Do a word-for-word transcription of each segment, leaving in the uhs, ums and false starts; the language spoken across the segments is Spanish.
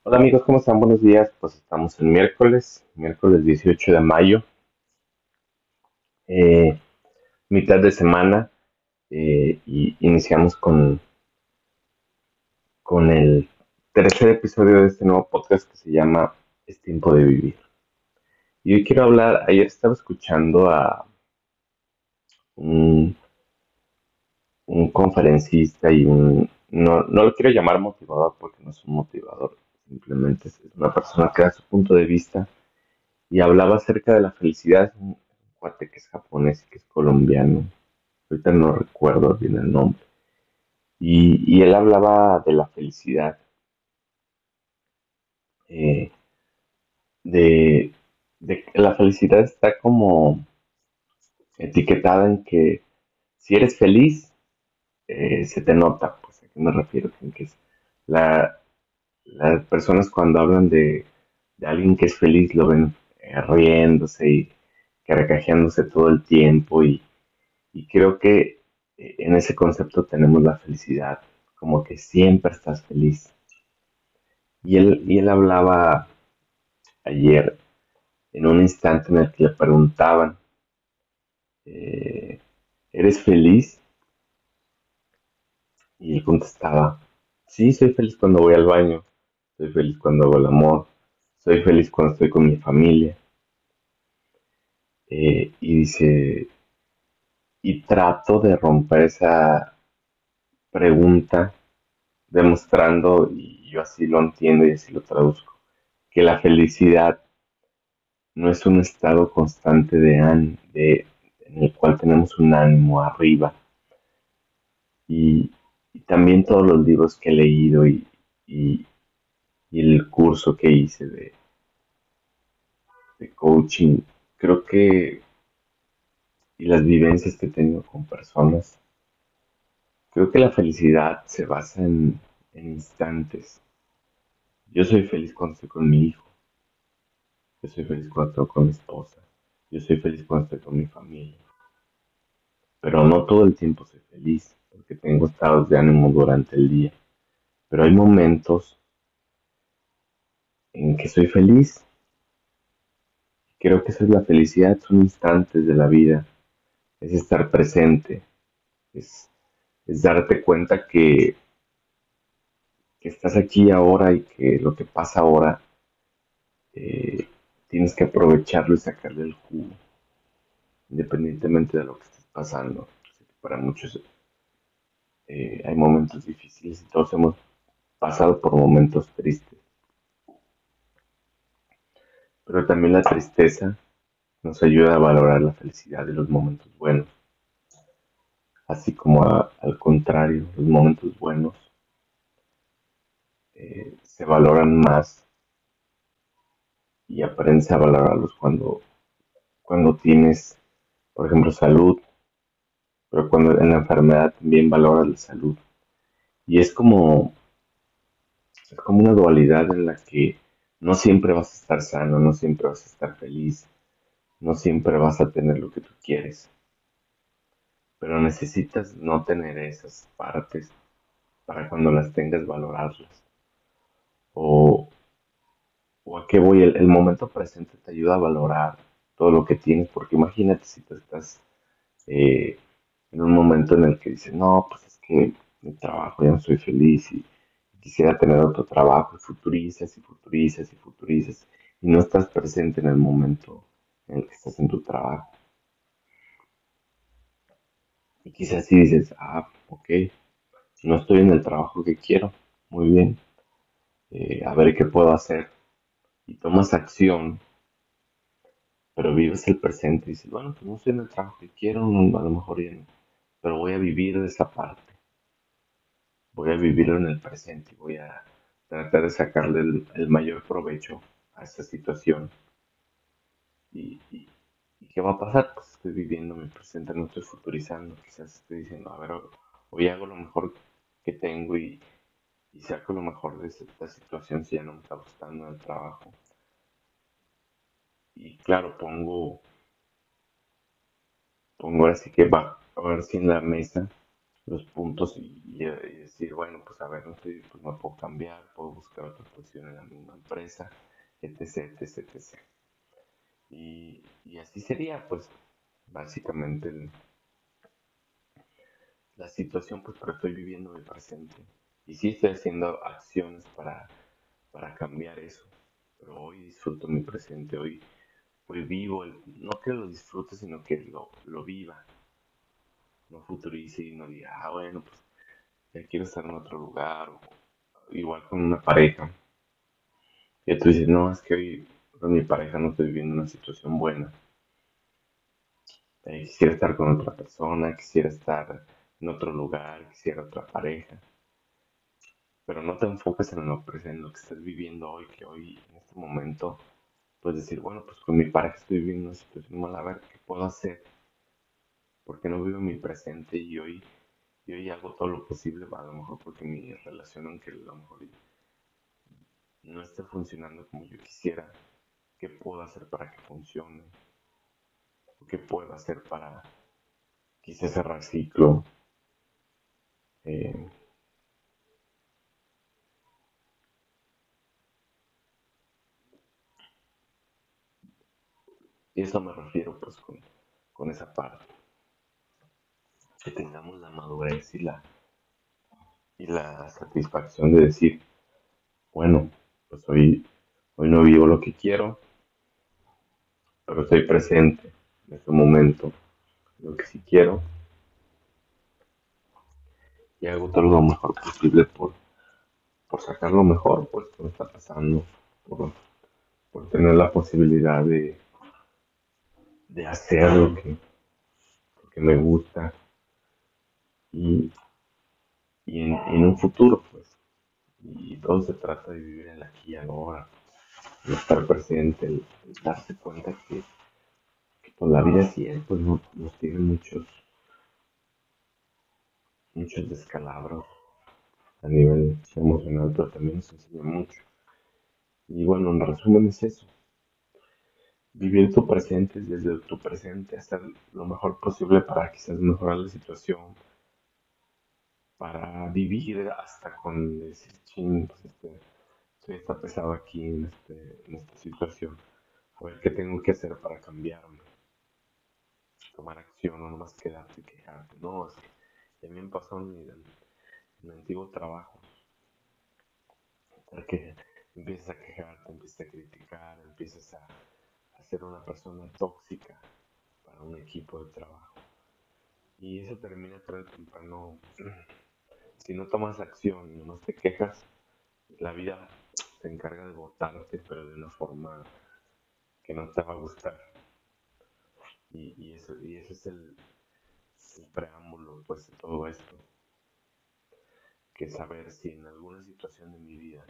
Hola amigos, ¿cómo están? Buenos días. Pues estamos en miércoles, miércoles dieciocho de mayo, eh, mitad de semana, eh, y iniciamos con, con el tercer episodio de este nuevo podcast que se llama Es tiempo de vivir. Y hoy quiero hablar, ayer estaba escuchando a un, un conferencista y un, no, no lo quiero llamar motivador porque no es un motivador, simplemente es una persona que da su punto de vista y hablaba acerca de la felicidad. Un cuate que es japonés y que es colombiano, ahorita no recuerdo bien el nombre, y, y él hablaba de la felicidad, eh, de, de que la felicidad está como etiquetada en que si eres feliz, eh, se te nota. Pues a qué me refiero, en que es la, las personas cuando hablan de, de alguien que es feliz lo ven eh, riéndose y carcajeándose todo el tiempo, y, y creo que eh, en ese concepto tenemos la felicidad, como que siempre estás feliz. Y él, y él hablaba ayer en un instante en el que le preguntaban, eh, ¿eres feliz? Y él contestaba, sí, soy feliz cuando voy al baño, soy feliz cuando hago el amor, soy feliz cuando estoy con mi familia. Eh, y dice, y trato de romper esa pregunta demostrando, y yo así lo entiendo y así lo traduzco, que la felicidad no es un estado constante de, án- de en el cual tenemos un ánimo arriba. Y, y también todos los libros que he leído y, y- y el curso que hice de, de coaching, creo que, y las vivencias que he tenido con personas, creo que la felicidad se basa en, en instantes. Yo soy feliz cuando estoy con mi hijo, yo soy feliz cuando estoy con mi esposa, yo soy feliz cuando estoy con mi familia, pero no todo el tiempo soy feliz, porque tengo estados de ánimo durante el día. Pero hay momentos en que soy feliz. Creo que esa es la felicidad, son instantes de la vida, es estar presente, es, es darte cuenta que, que estás aquí ahora y que lo que pasa ahora, eh, tienes que aprovecharlo y sacarle el jugo, independientemente de lo que estés pasando. Sé que para muchos eh, hay momentos difíciles y todos hemos pasado por momentos tristes, pero también la tristeza nos ayuda a valorar la felicidad de los momentos buenos, así como a- al contrario, los momentos buenos eh, se valoran más y aprendes a valorarlos cuando, cuando tienes, por ejemplo, salud, pero cuando en la enfermedad también valoras la salud. Y es como, es como una dualidad en la que no siempre vas a estar sano, no siempre vas a estar feliz, no siempre vas a tener lo que tú quieres, pero necesitas no tener esas partes para cuando las tengas valorarlas. O, o a qué voy, el, el momento presente te ayuda a valorar todo lo que tienes, porque imagínate si tú estás eh, en un momento en el que dices, no, pues es que mi trabajo ya no soy feliz y quisiera tener otro trabajo, y futurizas y futurizas y futurizas, y no estás presente en el momento en el que estás en tu trabajo. Y quizás si dices, ah, ok, no estoy en el trabajo que quiero, muy bien, eh, a ver qué puedo hacer. Y tomas acción, pero vives el presente y dices, bueno, pues no estoy en el trabajo que quiero, no, a lo mejor ya no, pero voy a vivir de esa parte, voy a vivirlo en el presente y voy a tratar de sacarle el, el mayor provecho a esta situación. ¿Y, y, y qué va a pasar? Pues estoy viviendo mi presente, no estoy futurizando, quizás estoy diciendo, a ver, hoy hago lo mejor que tengo y, y saco lo mejor de esta situación si ya no me está gustando el trabajo. Y claro, pongo, pongo así que va, a ver si en la mesa los puntos y, y- y decir, bueno, pues a ver, no estoy, pues me puedo cambiar, puedo buscar otra posición en la misma empresa, etc, etc, etcétera. Y, y así sería, pues, básicamente el- la situación, pues, pero estoy viviendo mi presente. Y sí estoy haciendo acciones para, para cambiar eso. Pero hoy disfruto mi presente, hoy, hoy vivo, el, no que lo disfrute, sino que lo, lo viva. No futurice y no diga, ah, bueno, pues ya quiero estar en otro lugar. O igual con una pareja. Y tú dices, no, es que hoy con mi pareja no estoy viviendo una situación buena. Eh, quisiera estar con otra persona, quisiera estar en otro lugar, quisiera otra pareja. Pero no te enfoques en lo presente, en lo que estás viviendo hoy, que hoy, en este momento, puedes decir, bueno, pues con mi pareja estoy viviendo una situación mala, a ver qué puedo hacer, porque no vivo mi presente y hoy, y hoy hago todo lo posible, a lo mejor porque mi relación, aunque a lo mejor no esté funcionando como yo quisiera, qué puedo hacer para que funcione, o qué puedo hacer para quizás cerrar ciclo. Eh, y eso me refiero pues con, con esa parte, que tengamos la madurez y la, y la satisfacción de decir, bueno, pues hoy, hoy no vivo lo que quiero, pero estoy presente en este momento, lo que sí quiero, y hago todo lo mejor posible por, por sacar lo mejor, pues, que me está pasando, por, por tener la posibilidad de, de hacer lo que, lo que me gusta y, y en, en, un futuro, pues. Y todo se trata de vivir en la aquí y ahora, el estar presente, el, el darse cuenta que, que pues, la vida sí es, pues no, nos tiene muchos, muchos descalabros a nivel emocional, pero también nos enseña mucho. Y bueno, en resumen es eso, vivir tu presente desde tu presente, hacer lo mejor posible para quizás mejorar la situación, para vivir hasta con decir, ching, pues este, estoy está pesado aquí en, este, en esta situación, a ver qué tengo que hacer para cambiarme, tomar acción, no nomás quedarte y quejarte, no, es que ya me pasó en mi, en mi antiguo trabajo, que empiezas a quejarte, empiezas a criticar, empiezas a, a ser una persona tóxica para un equipo de trabajo. Y eso termina tarde o temprano. Si no tomas acción y nomás te quejas, la vida se encarga de botarte, pero de una forma que no te va a gustar. Y, y, eso, y ese es el, el preámbulo pues, de todo esto. Que saber si en alguna situación de mi vida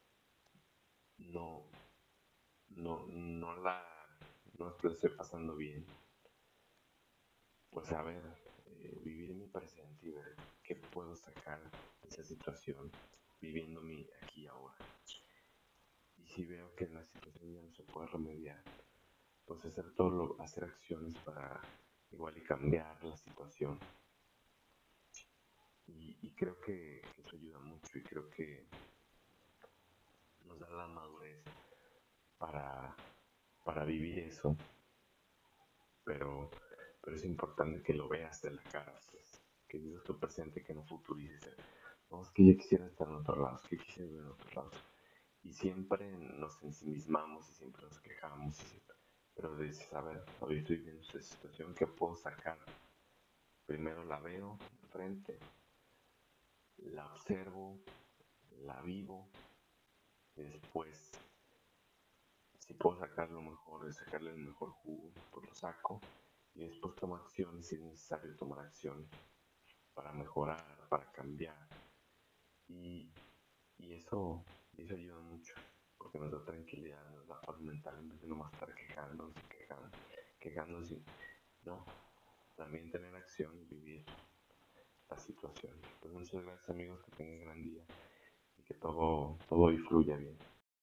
no, no, no la no la estoy pasando bien, pues a ver, eh, vivir en mi presente y ver qué puedo sacar de esa situación viviendo mi aquí y ahora. Y si veo que la situación ya no se puede remediar, pues hacer todo lo, hacer acciones para igual y cambiar la situación. Y, y creo que eso ayuda mucho y creo que nos da la madurez para, para vivir eso, pero, pero es importante que lo veas de la cara, pues, que vivas tu presente, que no futurices. No, es que yo quisiera estar en otro lado, es que quisiera ver en otro lado. Y siempre nos ensimismamos y siempre nos quejamos. Y siempre, pero dices, a ver, hoy estoy viendo esta situación, ¿qué puedo sacar? Primero la veo enfrente, la observo, la vivo, y después, si puedo sacar lo mejor, de sacarle el mejor jugo, pues lo saco. Y después tomo acción si es necesario tomar acción para mejorar, para cambiar. Y, y eso, y eso ayuda mucho, porque nos da tranquilidad, nos da paz mental en vez de nomás estar quejándonos y quejando, quejándonos y no, también tener acción y vivir la situación. Pues muchas gracias amigos, que tengan un gran día y que todo, todo hoy fluya bien.